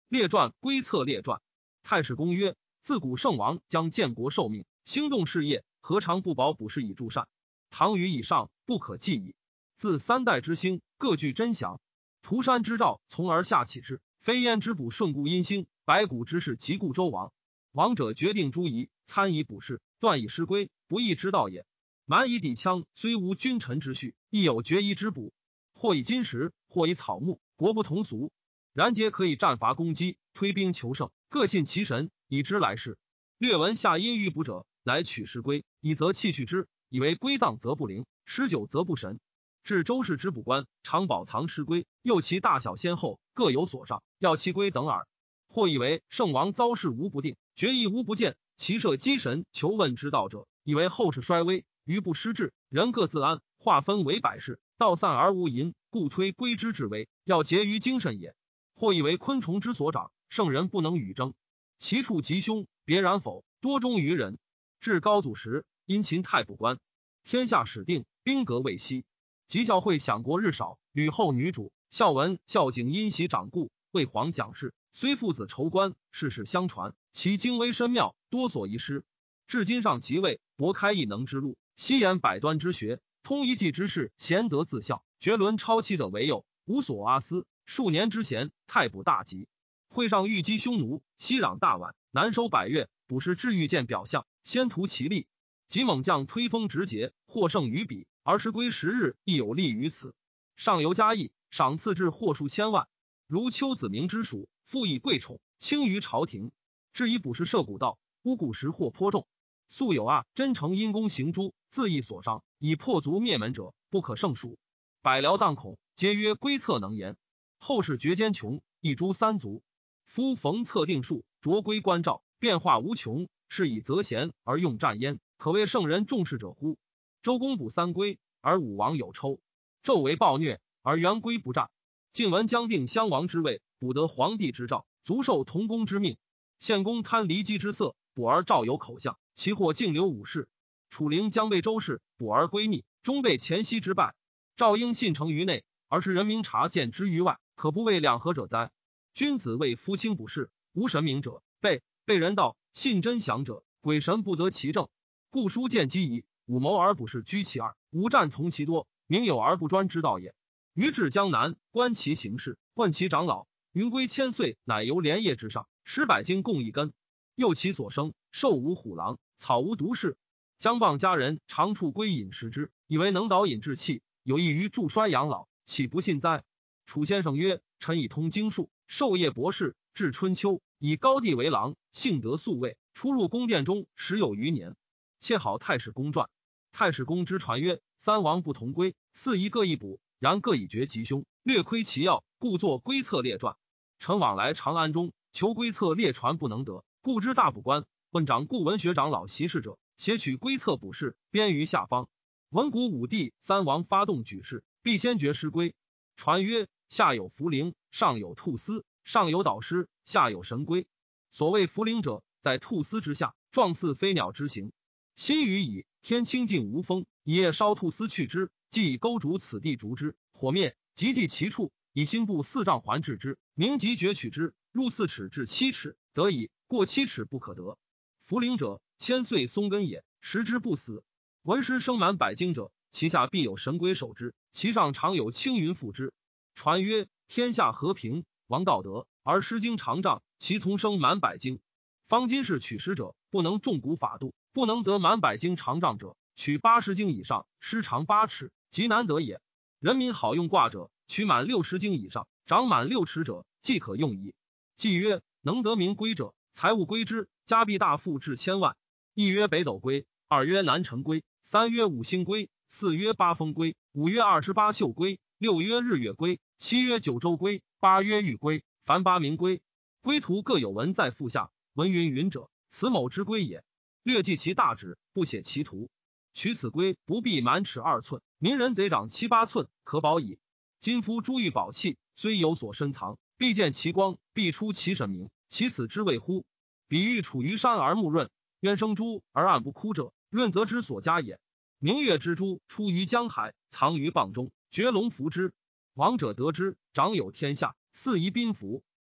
列传归策列传。太史公曰：自古圣王将建国受命，兴动事业，何尝不保卜筮以助善？唐虞以上，不可计矣。自三代之兴，各具真祥。涂山之兆，从而下启之。非焉之卜顺故因兴，白骨之势即故周王。王者决定诸夷，参以卜筮，断以师规，不义之道也。蛮夷抵羌，虽无君臣之序，亦有决夷之卜。或以金石，或以草木，国不同俗。然皆可以战伐攻击，推兵求胜，各信其神，以知来世。略闻下阴欲卜者，来取师规，以则弃去之，以为归葬则不灵，施酒则不神。至周氏之卜官，常保藏师规，又其大小先后，各有所上，要其规等耳。或以为圣王遭事无不定，决议无不见，其设积神求问之道者，以为后世衰微，余不失志，人各自安，划分为百事，道散而无垠，故推归之至微，要结于精神也。或以为昆虫之所长，圣人不能与争，其处吉凶，别然否？多忠于人。至高祖时，因秦太卜官，天下始定，兵革未息。及孝惠享国日少，吕后女主孝文、孝景因袭长故，为皇讲事，虽父子仇官，世世相传，其精微深妙，多所遗失。至今上即位，博开异能之路，悉言百端之学，通一技之事，贤德自效，绝伦超期者为有，无所阿私。数年之前，太卜大吉，会上欲击匈奴，西壤大宛，南收百越，卜筮至欲见表象，先图其力。及猛将推锋直捷，获胜于彼，而师规10日亦有利于此。上游嘉义，赏赐至获数千万，如丘子明之属，复以贵宠，轻于朝廷。至以卜筮设古道，巫蛊时或颇重。素有真诚因公行诛，自缢所伤，以破族灭门者，不可胜数。百僚荡恐，皆曰规策能言。后世绝奸穷，一诛三族。夫逢测定数，着规关照，变化无穷，是以择贤而用战焉，可谓圣人重视者乎？周公卜三规，而武王有抽；纣为暴虐，而元规不战。晋文将定襄王之位，卜得皇帝之诏，足受同公之命。献公贪骊姬之色，卜而诏有口相，其或径流武士。楚灵将被周氏，卜而归逆，终被前夕之败。赵婴信成于内，而是人民察见之于外，可不为两合者哉？君子为夫卿卜筮，无神明者，被人道，信真祥者，鬼神不得其正。故书见机宜，武谋而卜筮居其二，无战从其多，明有而不专之道也。于至江南，观其行事，问其长老，云归千岁，乃由莲叶之上，10百斤共一根。又其所生，兽无虎狼，草无毒士。姜蚌家人常处归饮食之，以为能导引志气，有益于助衰养老，岂不信哉？楚先生曰：臣以通经术，授业博士，至春秋，以高帝为郎，幸得宿卫，出入宫殿中10有余年。切好太史公传。太史公之传曰：三王不同规，4夷各一卜，然各以决吉凶，略窥其要，故作规策列传。臣往来长安中，求规策列传不能得，故知大卜官问长故文学长老习事者，写取规策卜筮，编于下方。文古武帝三王发动举事，必先决师规。传曰：下有茯苓，上有菟丝，上有导师，下有神龟。所谓茯苓者，在菟丝之下，状似飞鸟之形。新雨矣，天清静无风，一夜烧菟丝去之，即以钩逐此地逐之，火灭，即济其处，以心部4丈环治之，明即攫取之，入4尺至7尺，得矣，过7尺不可得。茯苓者，千岁松根也，食之不死。文师生满百经者，其下必有神龟守之，其上常有青云覆之。传曰：天下和平，王道德，而诗经长丈，其从生满百经。方今是取诗者，不能重古法度，不能得满百经长丈者，取80经以上，诗长8尺，极难得也。人民好用卦者，取满60经以上，长满6尺者，即可用矣。既曰：能得名归者，财物归之，家必大富至1000万。一曰北斗归，二曰南辰归，三曰五星归，四曰八风归，五曰28宿归，六曰日月归，七曰九州归，八曰玉归，凡8名归。归图各有文在腹下，文云云者，此某之归也。略记其大旨，不写其图。取此归不必满尺2寸，民人得长7、8寸，可保矣。今夫珠玉宝器，虽有所深藏，必见其光，必出其神明，其此之谓乎？比喻处于山而目润，渊生珠而暗不枯者，润则之所加也。明月之珠出于江海，藏于蚌中，绝龙伏之。王者得之，长有天下，4夷宾服。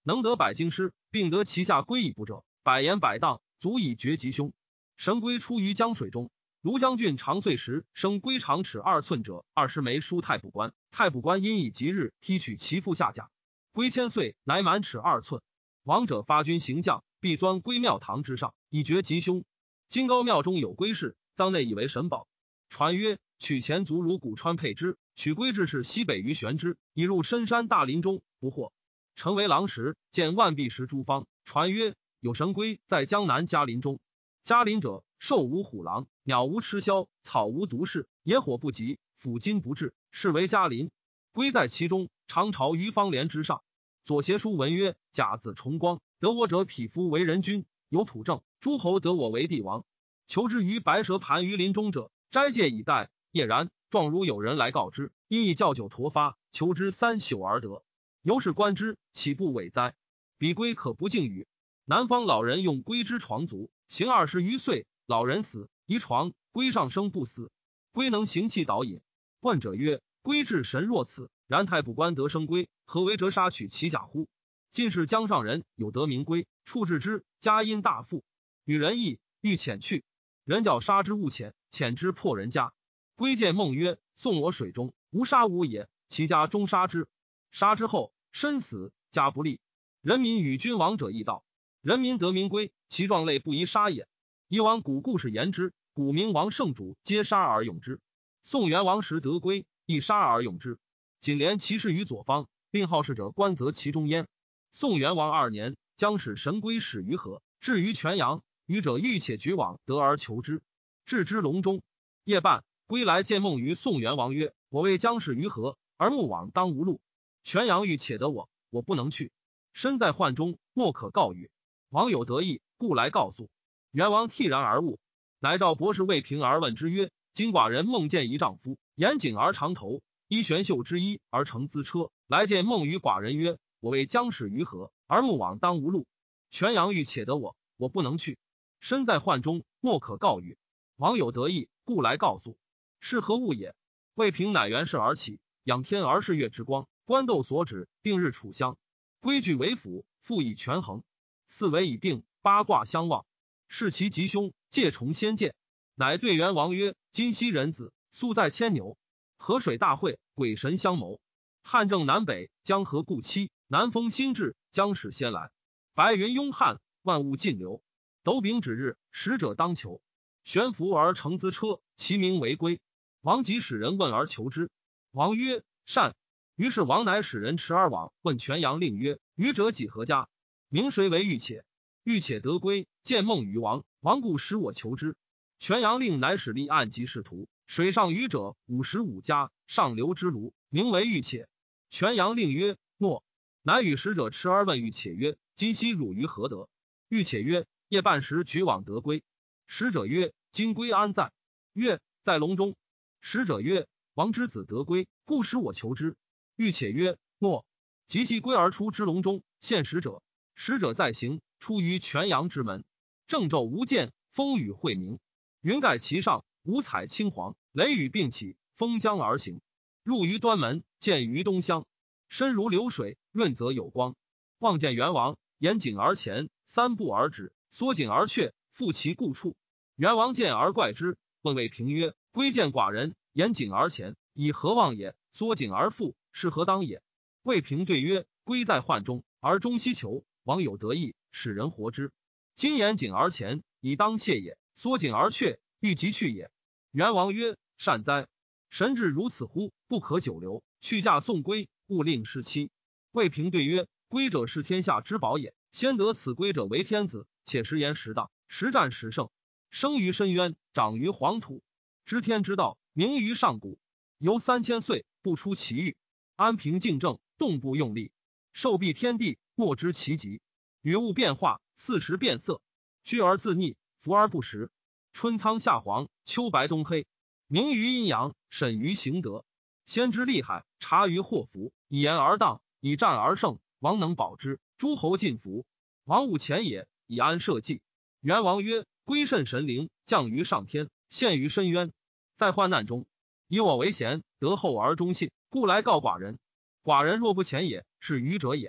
能得百经师，并得其下归以不者，百言百当，足以绝吉凶。神龟出于江水中。庐将军长岁时生龟长尺2寸者，20枚书太卜官，太卜官因以吉日踢取其父下甲。龟千岁乃满尺2寸。王者发军行将，必钻龟庙堂之上，以绝吉凶。金高庙中有龟氏，臧内以为神宝。传曰：取前足如古川佩之，取龟至是西北于玄之，以入深山大林中，不获。成为狼时，见万璧石诸方。传曰：有神龟在江南嘉林中。嘉林者，兽无虎狼，鸟无吃枭，草无毒士，野火不及，斧金不至，是为嘉林。龟在其中，常朝于方帘之上。左协书文曰：甲子重光，得我者匹夫为人君，有朴正，诸侯得我为帝王。求之于白蛇盘于林中者，斋戒以待，夜然，状如有人来告之，因以教酒陀发，求之3宿而得。由是观之，岂不伟哉？彼龟可不敬语。南方老人用龟之床足，行20余岁，老人死，遗床，龟上生不死。龟能行气导引。问者曰：龟至神若此，然太卜官得生龟，何为折杀取其甲乎？近世江上人有得名龟，处置之，家因大富，与人议，欲遣去。人教杀之勿遣，遣之破人家。龟见梦曰：送我水中，无杀无也。其家终杀之。杀之后，身死，家不利。人民与君王者异道。人民得名龟，其状类不宜杀也。以往古故事言之，古明王圣主皆杀而用之。宋元王时得龟，亦杀而用之。仅连其事于左方，令好事者观则其中焉。宋元王2年，将使神龟始于河，至于泉阳，愚者欲且举网得而求之，置之笼中。夜半，龟来见梦于宋元王曰：我为将使于河，而木网当无路。泉阳欲且得我，我不能去，身在患中，莫可告语。王有得意，故来告诉。元王惕然而悟，乃召博士魏平而问之曰：今寡人梦见一丈夫，严颈而长头，衣玄秀之衣而乘资车，来见梦于寡人曰：我为将使于河，而木网当无路。泉阳欲且得我，我不能去，身在患中，莫可告语。王有得意，故来告诉。是何物也？魏平乃元氏而起，仰天而视月之光，官斗所指，定日处乡。规矩为辅，复以权衡。四维已定，八卦相望，视其吉凶，借重先见。乃对元王曰：今昔人子，素在牵牛，河水大会，鬼神相谋。汉正南北，江河固期，南风新至，将始先来。白云拥汉，万物尽流。斗柄指日，使者当求。悬浮而乘资车，其名为龟。王即使人问而求之。王曰：善。于是王乃使人持而往，问泉阳令曰：愚者几何家？名谁为玉且？玉且得龟，见梦于王，王故使我求之。泉阳令乃使立案及仕途，水上渔者55家，上流之庐，名为玉且。泉阳令曰：诺。乃与使者持而问玉且曰：今夕汝于何得？玉且曰：夜半时举网得龟。使者曰：今龟安在？曰：在笼中。使者曰：王之子得龟，故使我求之。玉且曰：诺。及其龟而出之笼中，见使者。使者在行，出于泉阳之门。正昼无见，风雨晦明，云盖其上，五彩青黄，雷雨并起，风将而行。入于端门，见于东乡，深如流水，润则有光。望见元王，沿颈而前，3步而止，缩颈而却，复其故处。元王见而怪之，问魏平曰：龟见寡人，沿颈而前，以何望也？缩颈而复，是何当也？魏平对曰：龟在患中，而终希求。王有得意，使人活之。今沿颈而前，以当谢也；缩颈而却，欲即去也。元王曰：善哉！神志如此乎？不可久留。去驾送龟，勿令失期。魏平对曰：龟者是天下之宝也，先得此龟者为天子，且实言实当，实战实胜。生于深渊，长于黄土，知天之道，明于上古。游3000岁，不出其域。安平静正，动不用力。受蔽天地，莫知其极。雨物变化，四时变色。居而自逆，伏而不实。春苍夏黄，秋白冬黑。明于阴阳，审于行德。先知厉害，察于祸福。以言而当，以战而胜。王能保之，诸侯尽服。王务前也，以安社稷。元王曰：龟甚神灵，降于上天，陷于深渊。在患难中，以我为贤，得厚而忠信，故来告寡人。寡人若不前也，是愚者也。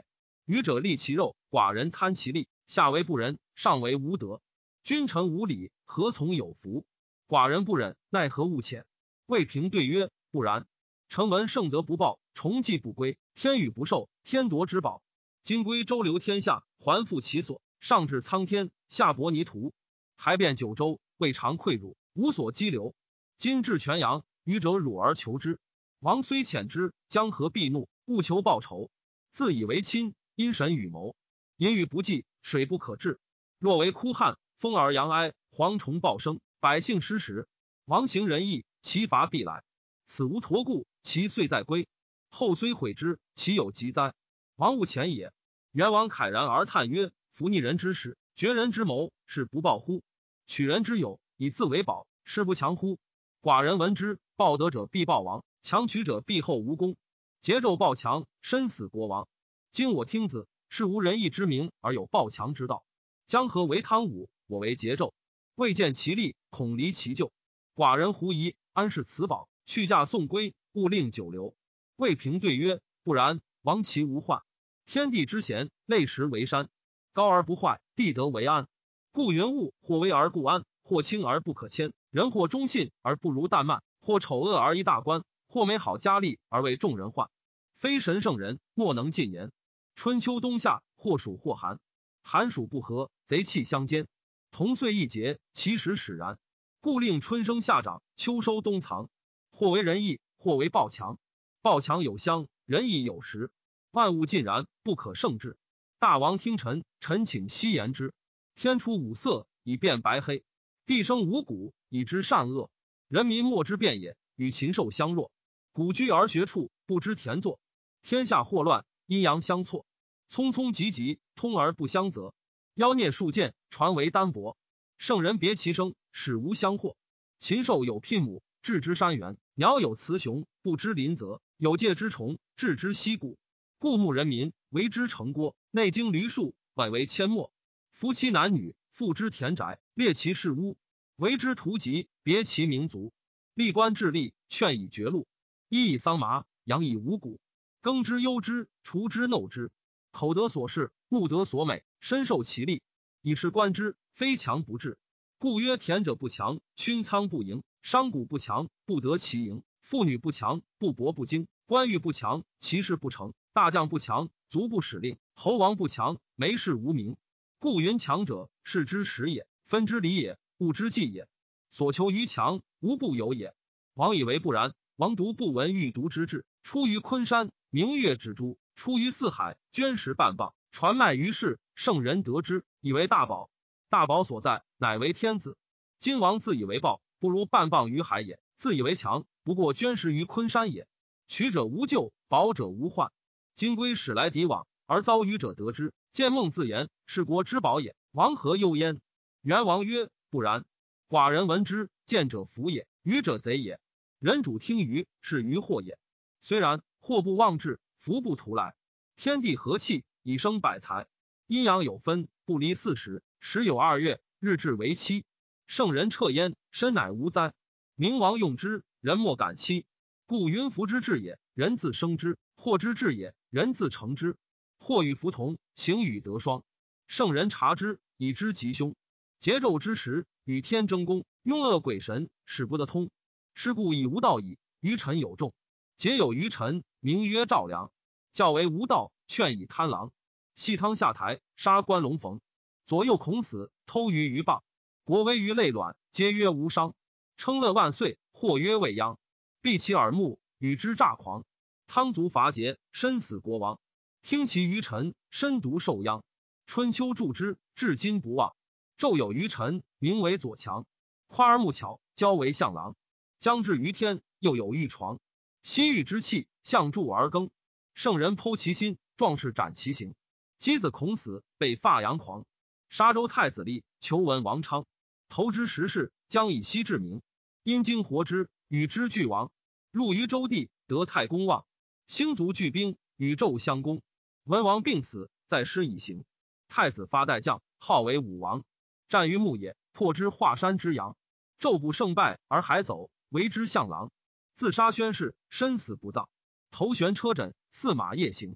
愚者利其肉，寡人贪其利，下为不仁，上为无德。君臣无礼，何从有福？寡人不忍，奈何勿遣？魏平对曰：不然。臣闻圣德不报，重祭不归，天与不受，天夺之宝。今归周流天下，还复其所，上至苍天，下薄泥土，还遍九州，未尝溃辱，无所激流。今至泉阳，愚者辱而求之。王虽遣之，江河必怒，务求报仇。自以为亲，因神与谋，淫欲不济，水不可治。若为哭旱，风而扬哀，蝗虫暴生，百姓失食。王行仁义，其罚必来。此无托故，其遂在归。后虽悔之，其有疾哉？王勿前也。元王慨然而叹曰：服逆人之事，绝人之谋，是不报乎？取人之有，以自为宝，是不强乎？寡人闻之，报德者必报王，强取者必后无功。桀纣暴强，身死国亡。今我听子，是无仁义之名而有暴强之道。江河为汤武，我为桀纣，未见其利，恐离其咎。寡人狐疑，安是此宝？去驾送归，勿令久留。魏平对曰：不然，王其无患。天地之贤，类石为山，高而不坏，地德为安。故云物或威而不安，或轻而不可迁，人或忠信而不如怠慢，或丑恶而一大官，或美好佳丽而为众人患。非神圣人，莫能尽言。春秋冬夏，或暑或寒，寒暑不和，贼气相间，同岁一节，其实使然。故令春生夏长，秋收冬藏。或为仁义，或为暴强。暴强有相，仁义有时。万物尽然，不可胜之。大王听臣，臣请悉言之。天出五色，以辨白黑；地生五谷，以知善恶。人民莫之辨也，与禽兽相若。古居而学处，不知田作。天下祸乱，阴阳相错。匆匆急急，通而不相责。妖孽数见，传为单薄。圣人别其生，使无相惑。禽兽有牝母，置之山原；鸟有雌雄，不知林泽；有介之虫，置之溪谷。故牧人民，为之城郭；内经驴数，外为阡陌。夫妻男女，复之田宅，列其室屋，为之图籍，别其民族。历官治吏，劝以绝路。一以桑麻，养以五谷。耕之忧之，除之耨之。口得所视，目得所美，身受其利，以是观之，非强不治。故曰：田者不强，勋仓不盈；商贾不强，不得其盈；妇女不强，不帛不精；官欲不强，其事不成；大将不强，足不使令；侯王不强，没事无名。故云强者，士之始也，分之理也，物之纪也。所求于强，无不有也。王以为不然。王独不闻欲读之志，出于昆山，明月之珠；出于四海，绢石半磅，传迈于世，圣人得之，以为大宝。大宝所在，乃为天子。今王自以为暴，不如半磅于海也；自以为强，不过绢石于昆山也。取者无咎，保者无患。今归使来敌往，而遭愚者得之，见孟自言，是国之宝也，王何忧焉？元王曰：不然。寡人闻之，见者福也，愚者贼也。人主听愚，是愚惑也。虽然，祸不妄至，福不图来。天地和气，以生百财。阴阳有分，不离40，时有2月，日至为7。圣人彻焉，身乃无灾。明王用之，人莫敢欺。故云福之至也，人自生之；祸之至也，人自成之。祸与福同，行与得双。圣人察之，以知吉凶。桀纣之时，与天争功，庸恶鬼神，使不得通。是故以无道矣，愚臣有众。桀有愚臣，名曰赵良。教为无道，劝以贪狼。戏汤下台，杀关龙逢。左右恐死，偷鱼于蚌。国危于累卵，皆曰无伤。称乐万岁，或曰未央。闭其耳目，与之诈狂。汤卒伐桀，身死国亡。听其愚臣，身独受殃。春秋著之，至今不忘。纣有愚臣，名为左强。夸而木巧，交为相郎。将至于天，又有玉床。心欲之气，象助而耕。圣人剖其心，壮士斩其形。箕子恐死，被发扬狂。沙州太子立，求闻王昌。投之时事，将以息至明。因经活之，与之俱亡。入于周地，得太公望。星卒聚兵，与纣相攻。文王病死，在师以行。太子发代将，号为武王。战于牧野，破之华山之阳。纣不胜败而还走，为之相郎。自杀宣誓，身死不葬。头悬车枕，驷马夜行。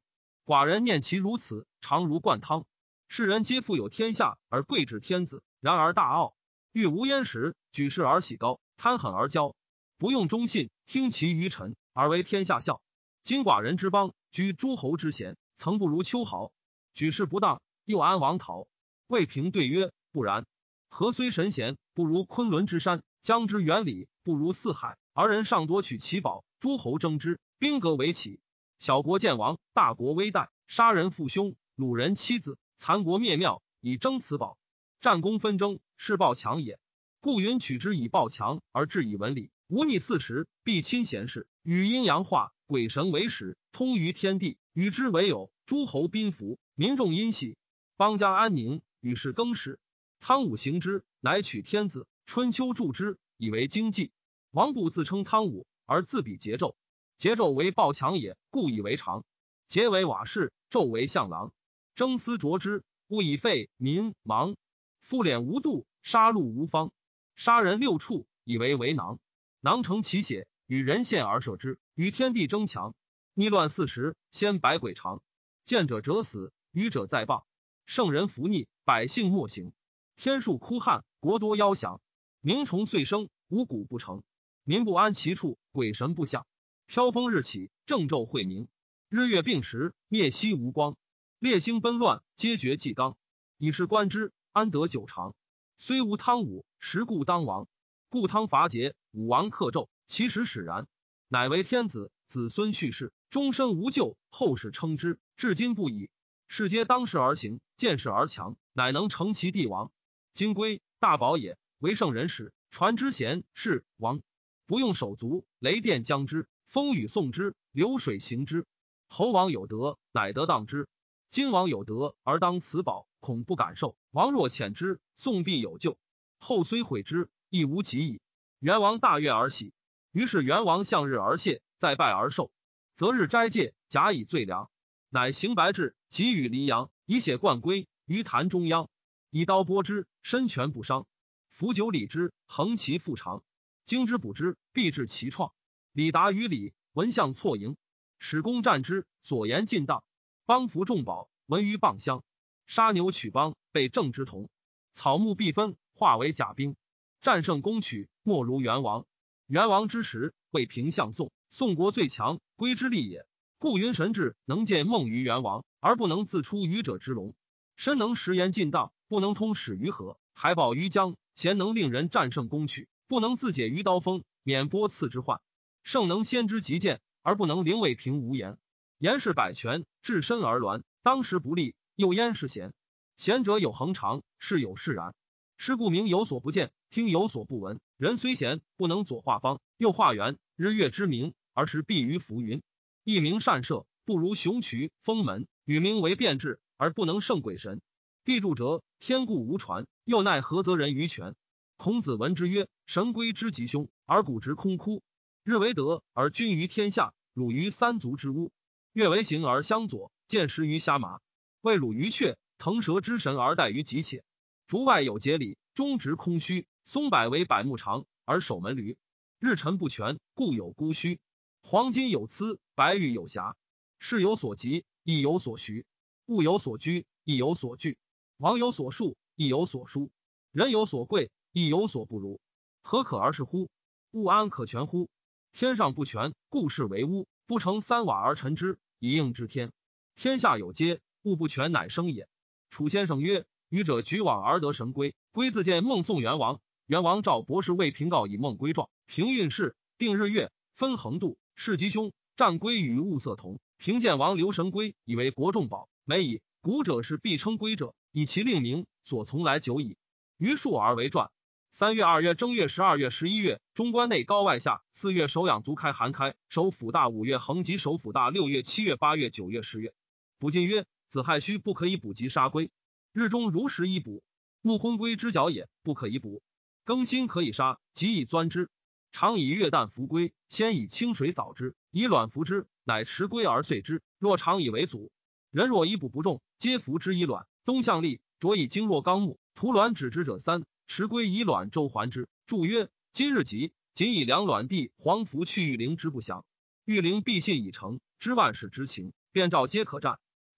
寡人念其如此，常如灌汤。世人皆富有天下而贵治天子，然而大傲，欲无焉时，举世而喜高，贪狠而骄，不用忠信，听其于臣，而为天下笑。今寡人之邦，居诸侯之贤，曾不如秋毫。举事不当，又安王逃？魏平对曰：不然。何虽神贤，不如昆仑之山；江之原理，不如四海。而人尚夺取其宝，诸侯争之，兵革为起。小国见亡，大国危殆，杀人父兄，掳人妻子，残国灭庙，以争此宝。战功纷争，是暴强也。故云取之以暴强，而治以文理。无逆40，必亲贤士，与阴阳化，鬼神为始，通于天地，与之为友。诸侯宾服，民众殷喜，邦家安宁，与世更始。汤武行之，乃取天子。春秋著之，以为经济。王不自称汤武，而自比桀纣。桀纣为暴强也，故以为常。桀为瓦士，纣为相郎。征丝啄之，勿以废民忙。夫敛无度，杀戮无方。杀人6处，以为囊。囊成其血，与人献而射之，与天地争强。逆乱40，先百鬼长。见者者死，愚者在谤。圣人服逆，百姓莫行。天数枯旱，国多夭降。鸣虫岁生，五谷不成。民不安其处，鬼神不下。飘风日起，正昼晦明。日月并时，灭息无光。列星奔乱，皆绝纪纲。以是观之，安得久长？虽无汤武，实故当亡。故汤伐桀，武王克纣，其实使然。乃为天子，子孙续世，终身无咎，后世称之，至今不已。世皆当世而行，见势而强，乃能成其帝王。金龟，大宝也，为圣人使，传之贤是王。不用手足，雷电将之，风雨送之，流水行之。侯王有德，乃得当之。今王有德而当此宝，恐不敢受。王若遣之，宋必有救。后虽悔之，亦无及矣。元王大悦而喜。于是元王向日而谢，再拜而受。择日斋戒，假以罪良。乃行白雉，给予黎阳，以血灌龟，于坛中央。以刀剥之，身全不伤。服酒礼之，横其腹肠。经之补之，必治其创。礼达于礼，文相错迎。使公战之，所言尽当。邦服重宝，文于蚌乡。杀牛取邦，被郑之同。草木必分，化为甲兵。战胜攻取，莫如元王。元王之时，魏平向宋，宋国最强，归之利也。故云神志能见梦于元王，而不能自出愚者之笼。身能实言尽当，不能通史于河，海保于江。贤能令人战胜攻取，不能自解于刀锋，免波刺之患。圣能先知极见，而不能令魏平无言。言是百全，置身而鸾，当时不利，又焉是贤？贤者有恒常，事有释然。是故明有所不见，听有所不闻。人虽贤，不能左画方，右画圆，日月之明，而时避于浮云。一名善射，不如雄渠、封门，与名为变质，而不能胜鬼神。地柱者，天固无传，又奈何则人于权？孔子闻之曰：神龟之吉凶，而古直空枯。日为德，而君于天下，辱于三足之屋。月为行而相左，见时于虾麻。未辱于雀，腾蛇之神而待于己且。竹外有节理，中直空虚。松柏为百目长，而守门闾。日辰不全，故有孤虚。黄金有疵，白玉有瑕。事有所急，亦有所徐；物有所居，亦有所惧；王有所述，亦有所疏；人有所贵，亦有所不如。何可而是乎？物安可全乎？天上不全，故事为屋，不成3瓦而陈之，以应之天。天下有阶，物不全乃生也。楚先生曰：愚者举网而得神龟，龟自见梦宋元王。元王召博士为平告以梦龟状，平运势，定日月，分横度，视吉凶，战龟与物色同。平见王留神龟，以为国重宝，美矣。古者是必称龟者，以其令名，所从来久矣。于数而为传。3月、2月、正月、12月、11月，中关内高外下。4月，手养足开寒开，手府大。5月，横及手府大。6月、7月、8月、9月、10月。卜禁曰：子亥戌不可以补及杀龟，日中如时以补。木昏龟之角也，不可以补。庚辛可以杀，即以钻之。常以月旦服龟，先以清水早之，以卵服之，乃持龟而遂之。若常以为祖，人若以补不中，皆服之以卵。东向立，着以经络纲目，涂卵止之者3，持龟以卵周还之。注曰：今日吉，仅以两卵地黄符去玉灵之不祥。玉灵必信已成，知万事之情，便召皆可战。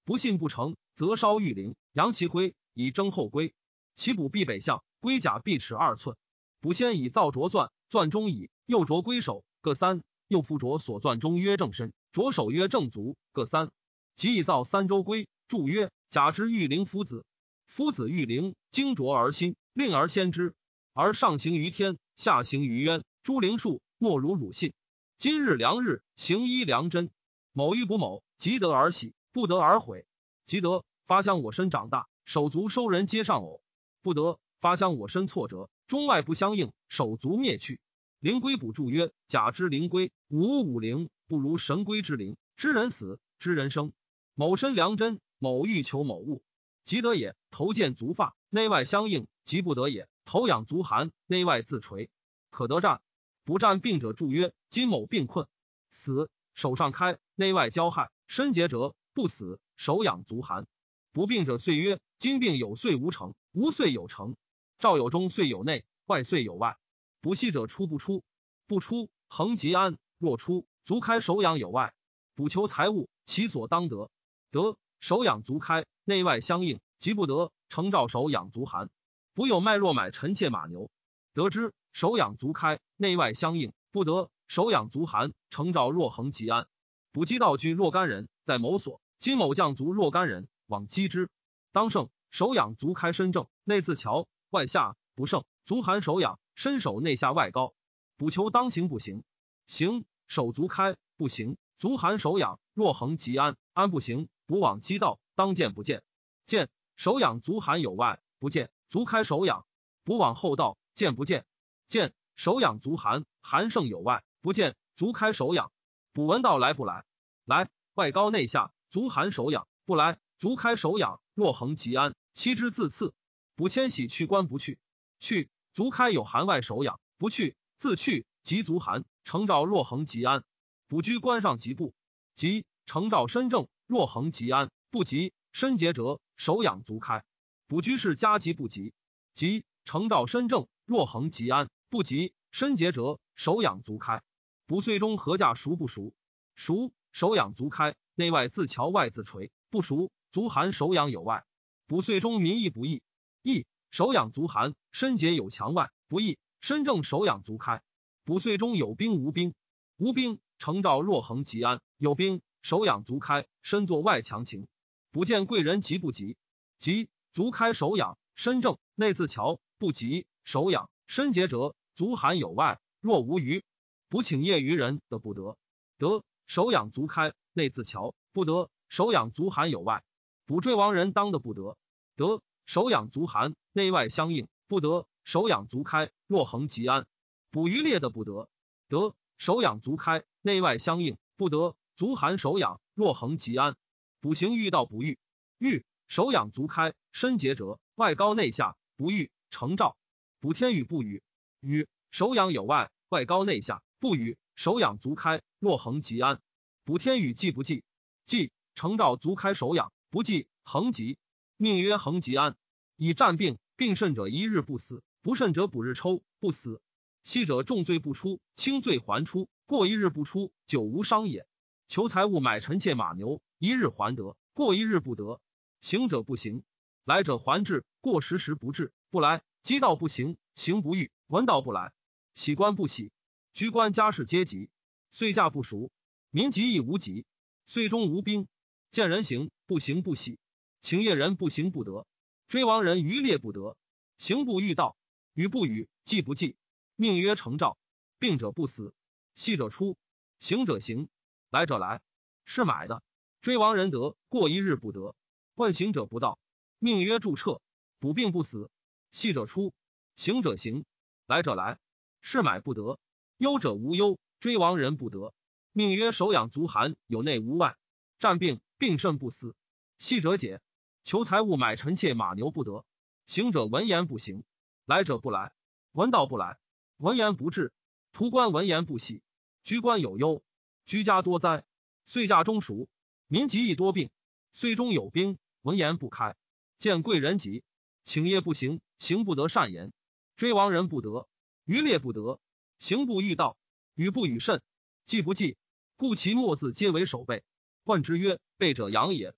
不信不成，则烧玉陵，扬其徽，以征后归。其补必北向，龟甲必尺2寸。补先以造着钻，钻中以右着龟首各3，右复着所钻中曰正身，着手曰正足各3。即以造3周龟，注曰甲之玉陵夫子。夫子玉陵，精琢而新，令而先之，而上行于天，下行于渊。诸灵数，莫如汝信。今日良日，行医良针。某欲不某，即得而喜，不得而悔。即得，发香我身长大，手足收人皆上偶；不得，发香我身挫折，中外不相应，手足灭去。灵龟补注曰：甲之灵龟，五灵，不如神龟之灵，知人死，知人生。某身良针，某欲求某物，即得也，头见足发，内外相应；即不得也，头痒足寒，内外自垂。可得战。不战病者注曰：今某病困，死，手上开，内外交害，身结折，不死，手痒足寒。不病者遂曰：今病有遂无成，无遂有成。兆有中遂有内，外遂有外。不息者出不出，不出，恒吉安；若出，足开手痒有外。补求财物，其所当得。得，手痒足开，内外相应；即不得，成兆手痒足寒。不有脉若买臣妾马牛，得之，手痒足开，内外相应；不得，手痒足寒，成兆若恒吉安。补击道居若干人，在某所，今某将卒若干人，往击之，当胜，手痒足开身正，内自乔，外下不胜，足寒手痒，身手内下外高。补求当行不行，行手足开，不行足寒手痒，若恒吉安，安不行，补往击道，当见不见，见手痒足寒有外，不见足开手痒，补往后道，见不见，见手痒足寒，寒盛有外，不见足开手痒。补闻道来不来，来外高内下，足寒手痒，不来足开手痒，若恒吉安，期之自次。补迁徙去官不去，去足开有寒外手痒，不去自去，即足寒，成兆若恒吉安。补居官上即不即，成兆身正，若恒吉安，不及身结折，手痒足开。补居士加急不及，即成兆身正，若恒吉安，不及身结折，手痒足开。补岁中合价熟不熟，熟手痒足开，内外自乔外自垂，不熟足寒手痒有外。补岁中民意不易，易手痒足寒，身结有强外，不易身正手痒足开。补岁中有兵无兵，无兵成兆若恒吉安，有兵手痒足开，身作外强情。不见贵人急不急，急足开手痒，身正内自乔，不急手痒身结折，足寒有外，若无余。不请业余人的不得，得手痒足开，内自乔，不得手痒足寒有外。补坠亡人当的不得，得手痒足寒，内外相应，不得手痒足开，若恒吉安。补余烈的不得，得手痒足开，内外相应，不得足寒手痒，若恒吉安。补行遇道不遇，遇手痒足开，身结折，外高内下，不遇成兆。补天雨不雨，雨手痒有外，外高内下，不雨手痒足开，若恒吉安。补天雨忌不忌，忌成兆足开手痒，不忌恒吉，命曰恒吉安。以战病，病甚者一日不死，不甚者补日抽，不死。细者重罪不出，轻罪还出，过一日不出，久无伤也。求财物买臣妾马牛，一日还得，过一日不得。行者不行，来者还至，过时不至，不来，积道不行，行不遇，闻道不来，喜官不喜，居官家事皆急，岁驾不熟，民急亦无急，岁中无兵，见人行不行不喜，请业人不行不得，追亡人余烈不得，行不遇道，与不与，忌不忌，命曰成兆。病者不死，细者出，行者行，来者来，是买的，追亡人得，过一日不得，问行者不到，命曰助彻。补病不死，细者出，行者行，来者来，是买不得，忧者无忧，追亡人不得，命曰手痒足寒，有内无外，战病，病甚不死。细者解，求财物买臣妾马牛不得，行者闻言不行，来者不来，闻道不来，闻言不至，途官闻言不喜，居官有忧，居家多灾，岁驾中熟，民急亦多病，岁中有兵，闻言不开，见贵人急，请业不行，行不得善言，追亡人不得，余烈不得，行不遇道，与不与甚，忌不忌，故其末字皆为守备。问之曰：备者阳也，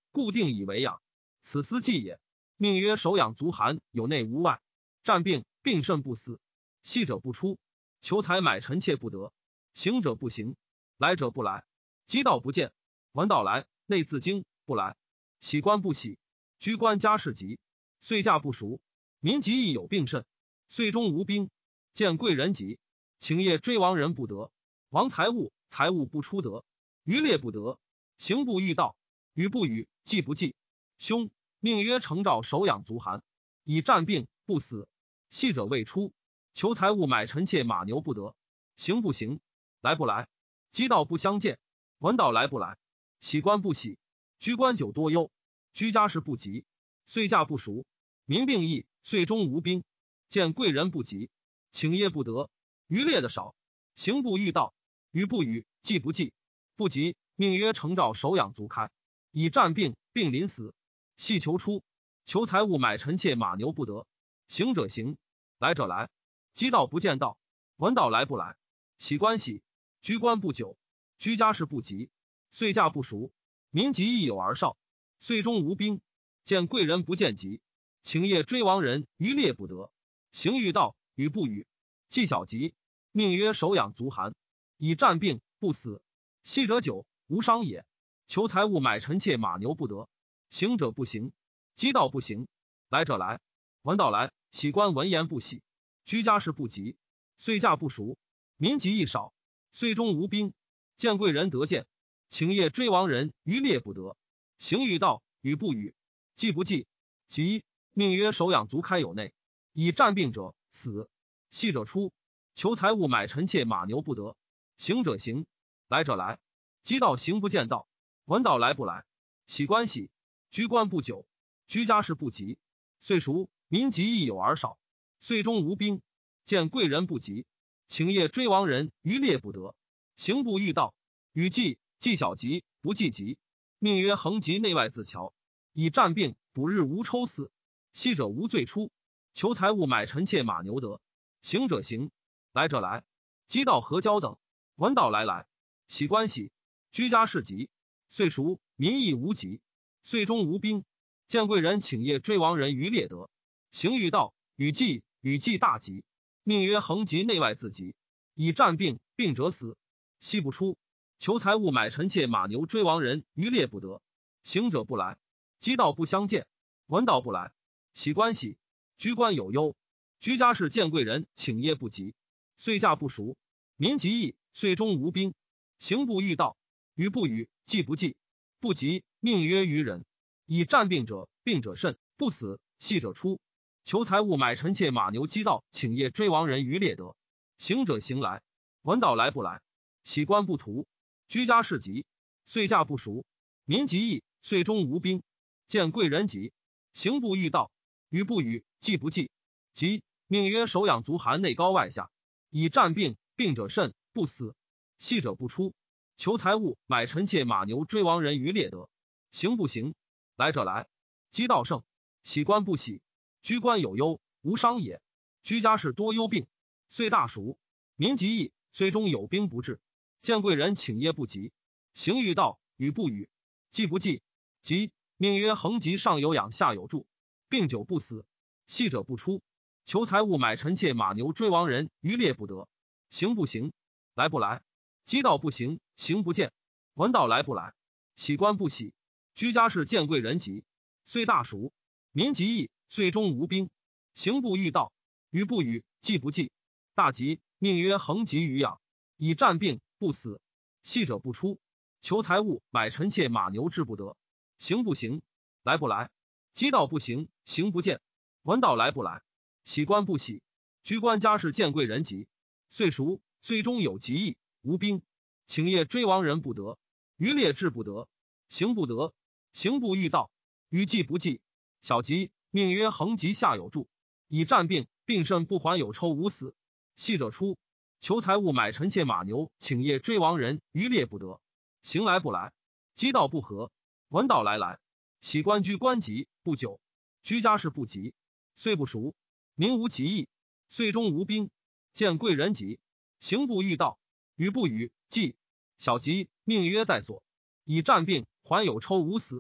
故定以为养。此思计也。命曰手养足寒，有内无外，战病，病甚不死。系者不出，求财买臣妾不得，行者不行，来者不来，机道不见，闻道来，内自惊，不来，喜官不喜，居官家事急，岁驾不熟，民疾亦有病甚，岁中无兵，见贵人急，请业追亡人不得，亡财物，财物不出得，余猎不得，行不遇道，语不语，祭不祭。凶，命曰承诏手养足寒，以战病不死。系者未出，求财物买臣妾马牛不得，行不行，来不来，机道不相见，闻道来不来，喜官不喜，居官久多忧，居家事不急，岁驾不熟，民病疫，岁中无兵，见贵人不急，请业不得，余猎的少，行不遇道，语不语，祭不祭。不急，命曰承诏手养足开，以战病，病临死。系求出，求财物买臣妾马牛不得，行者行，来者来，机道不见道，闻道来不来，喜官喜，居官不久，居家事不急，岁驾不熟，民疾亦有而少，岁中无兵，见贵人不见急，请业追亡人，余猎不得，行遇道，语不语，既小疾，命曰手养足寒，以战病不死。系者久，无伤也。求财物买臣妾马牛不得，行者不行，机道不行，来者来，闻道来，喜官闻言不喜，居家事不急，岁驾不熟，民疾亦少，岁中无兵，见贵人得见，请业追亡人，余猎不得，行遇道，语不语，祭不祭。即命曰手养足开有内，以战病者死。系者出，求财物买臣妾马牛不得，行者行，来者来，机道行不见道，闻道来不来，喜官喜，居官不久，居家事不急，岁熟，民疾亦有而少，岁中无兵，见贵人不急，请业追亡人，余猎不得，行不遇道，与祭小疾，不祭疾。命曰横疾内外自瞧，以战病，补日无抽死。系者无罪出，求财物买臣妾马牛得，行者行，来者来，机道合交等，闻道来，喜官喜，居家事急，岁熟，民亦无疾，岁中无兵，见贵人请业追亡人，余猎得，行遇道，与祭大吉。命曰横疾内外自急，以战病，病者死。系不出，求财物买臣妾马牛追亡人，余猎不得，行者不来，机道不相见，闻道不来，喜官喜，居官有忧，居家事见贵人，请业不急，岁驾不熟，民疾疫，岁中无兵，行不遇道，语不语，祭不祭。不急，命曰愚人，以战病者，病者甚，不死。系者出，求财物买臣妾马牛机道，请业追亡人，余猎得，行者行来，闻道来不来，喜官不图，居家事急，岁驾不熟，民疾疫，岁中无兵，见贵人急，行不遇道，语不语，祭不祭。即命曰手养足寒内高外下，以战病，病者甚，不死。系者不出，求财物买臣妾马牛追亡人，余猎得，行不行，来者来，机道盛，喜官不喜，居官有忧，无伤也。居家事多忧病，岁大熟，民疾疫，岁中有兵不至，见贵人请业不急，行遇道，语不语，祭不祭。即命曰横疾上有养，下有助，病久不死。系者不出，求财物买臣妾马牛追亡人，余猎不得，行不行，来不来，机道不行，行不见，闻道来不来，喜官不喜，居家事见贵人急，岁大熟，民疾疫，岁中无兵，行不遇道，语不语，祭不祭。大吉，命曰横疾于养，以战病，不死。系者不出，求财物买臣妾马牛治不得，行不行，来不来，机道不行，行不见，闻道来不来，喜官不喜，居官家事见贵人急，岁熟，岁中有疾疫，无兵，请业追亡人不得，余猎治不得，行不得，行不遇道，与祭不祭。小疾，命曰横疾下有助，以战病，病甚不还有抽无死。系者出，求财物买臣妾马牛，请业追亡人，余猎不得，行来不来，机道不合，闻道来，喜官居官急，不久，居家事不急，岁不熟，民无疾疫，岁中无兵，见贵人急，行不遇道，语不语，祭。小疾，命曰在所，以战病，还有抽无死。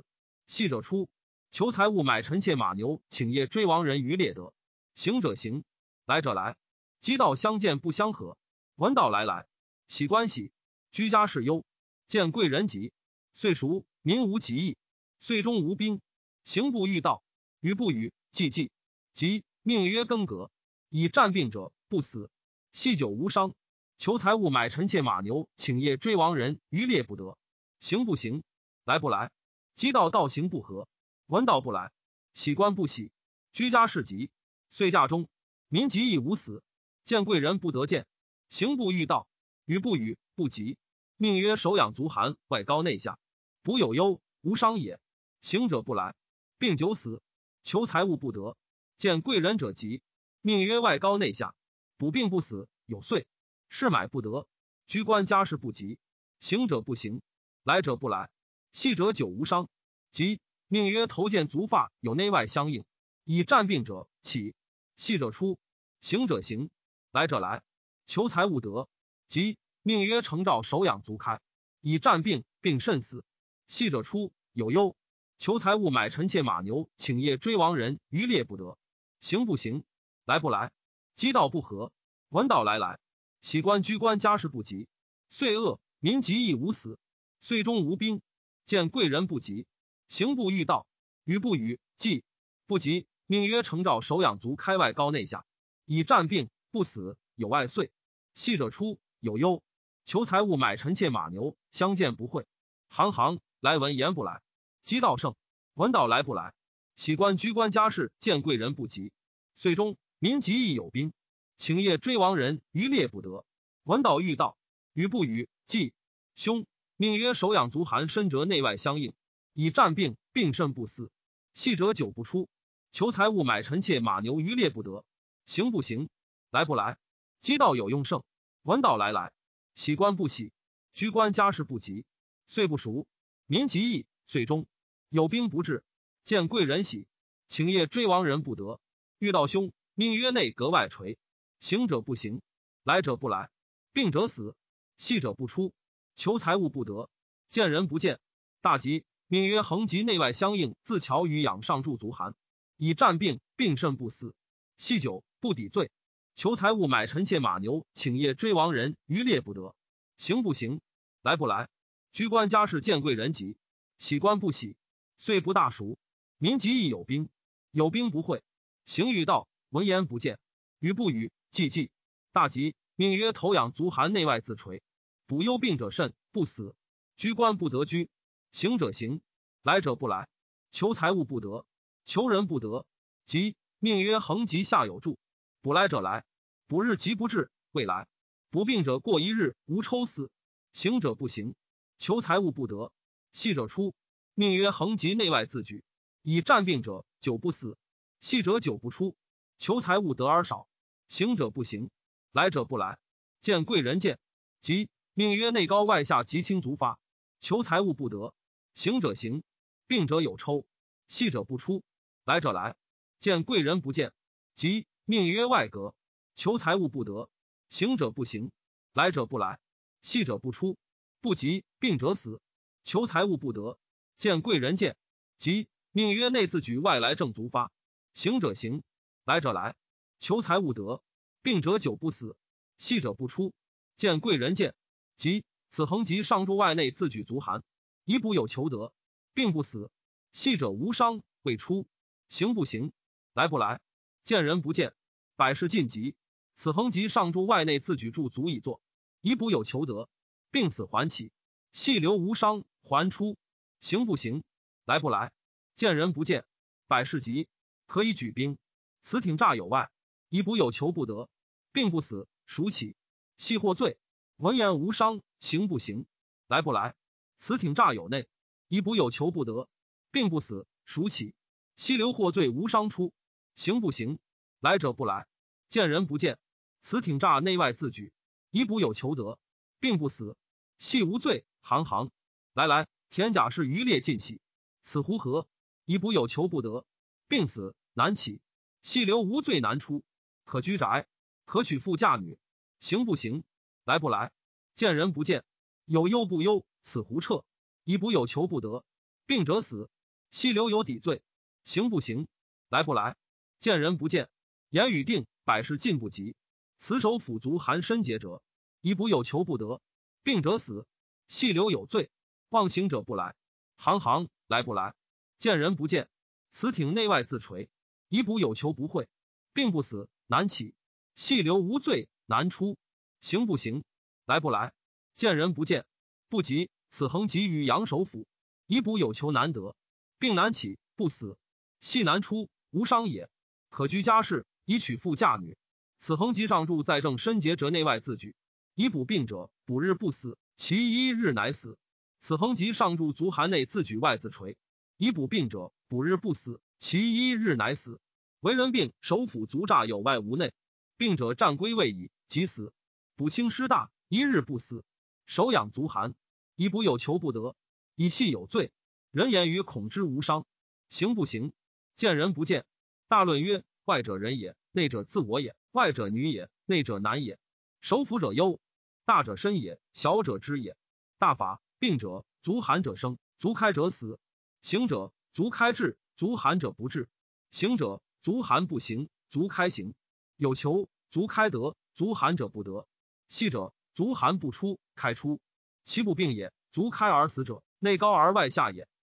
系者出，求财物买臣妾马牛，请谒追亡人于列德。行者行，来者来。击道相见不相合，闻道来，喜欢喜。居家事忧，见贵人急。岁熟，民无疾疫。岁中无兵，行不遇道。语不语，寂寂。即命曰更革，以战病者不死。系酒无伤，求财物买臣妾马牛，请谒追亡人于列不得。行不行，来不来。击道道行不合，闻道不来。喜观不喜，居家事急。岁驾中，民疾亦无死。见贵人不得见，行不遇道。语不语，不急。命曰手养足寒，外高内下，补有忧，无伤也。行者不来，病久死，求财物不得。见贵人者急，命曰外高内下，补病不死，有岁，事买不得。居官家事不急，行者不行，来者不来。系者久无伤，急，命曰头见足发有内外相应，以战病者起。系者出，行者行，来者来。求财物得，急，命曰承诏手养足开，以战病，病甚死。系者出，有忧，求财物买臣妾马牛，请谒追亡人于列不得。行不行，来不来。击道不合，闻道来。喜观居官家事不急，岁恶，民疾亦无死。岁中无兵，见贵人不急，行不遇道。语不语，既不急，命曰承诏手养足开外高内下，以战病，不死，有外岁。系者出，有忧，求财物买臣妾马牛，相见不会。行，来闻言不来。击道胜，闻道来不来。喜观居官家事，见贵人不急。岁中，民疾亦有兵，请谒追亡人于列不得。闻道遇道，语不语，既凶，命曰手养足寒，身折内外相应，以战病，病甚不死。系者久不出，求财物买臣妾马牛于列不得。行不行，来不来。击道有用胜，闻道来。喜观不喜，居官家事不急。岁不熟，民疾疫，岁中有兵不至，见贵人喜，请谒追亡人不得。遇道凶，命曰内格外垂。行者不行，来者不来。病者死，系者不出，求财物不得。见人不见，大急，命曰横及内外相应，自乔于养上助足寒，以战病，病甚不死。系久，不抵罪，求财物买臣妾马牛，请谒追亡人于列不得。行不行，来不来。居官家事见贵人急，喜观不喜。岁不大熟，民疾亦有兵，有兵不会。行遇道，闻言不见，语不语，寂。大急，命曰头养足寒，内外自垂，补忧病者甚，不死。居官不得居，行者行，来者不来。求财物不得，求人不得，急，命曰横及下有助。补来者来，补日急不至，未来。补病者过一日，无抽死。行者不行，求财物不得。系者出，命曰横及内外自举，以战病者久不死。系者久不出，求财物得而少。行者不行，来者不来。见贵人见，即命曰内高外下及轻足发，求财物不得。行者行，病者有抽。系者不出，来者来。见贵人不见，即命曰外格，求财物不得。行者不行，来者不来。系者不出，不急，病者死，求财物不得。见贵人见，即命曰内自举外来正足发。行者行，来者来，求财物得。病者久不死，系者不出。见贵人见，即此横及上柱外内自举足寒，以补有求得，病不死。系者无伤，未出。行不行，来不来。见人不见，百事尽疾。此横及上柱外内自举柱足以坐，以补有求得，病死还起。系留无伤，还出。行不行，来不来。见人不见，百事疾，可以举兵。此挺诈有外，以补有求不得，病不死，赎起。系获罪，闻言无伤，行不行，来不来。此挺诈有内，以补有求不得，病不死，赎起。系留获罪无伤出。行不行，来者不来。见人不见，此挺诈内外自举，以补有求得，病不死。系无罪，行，来。田甲是余列尽系，此胡何？以补有求不得，病死难起。系留无罪难出，可居宅，可娶妇嫁女。行不行，来不来。见人不见，有忧不忧，此胡彻。以补有求不得，病者死， 细流有抵罪，行不行，来不来，见人不见，言语定，百事尽不及。此手辅足寒身节者，一不有求不得，病者死。细流有罪，忘行者不来，行来不来，见人不见。此挺内外自垂，一不有求不会，病不死，难起。细流无罪，难出，行不行，来不来，见人不见，不及。此横急于阳首府，一不有求难得，病难起，不死，细难出，无伤也。可居家事，以娶妇嫁女。此横急上注在正身节者内外自举，以补病者，补日不死，其一日乃死。此横急上注足寒内自举外自垂，以补病者，补日不死，其一日乃死。为人病，首府足诈有外无内，病者战归位矣，即死。补轻失大，一日不死。手养足寒，以补有求不得，以细有罪。人言于恐之无伤，行不行，见人不见。大论曰：外者人也，内者自我也；外者女也，内者男也。首府者忧，大者身也，小者知也。大法，病者足寒者生，足开者死。行者足开治，足寒者不治。行者足寒不行，足开行。有求，足开得，足寒者不得。细者足寒不出，开出。其不病也，足开而死者，内高而外下也。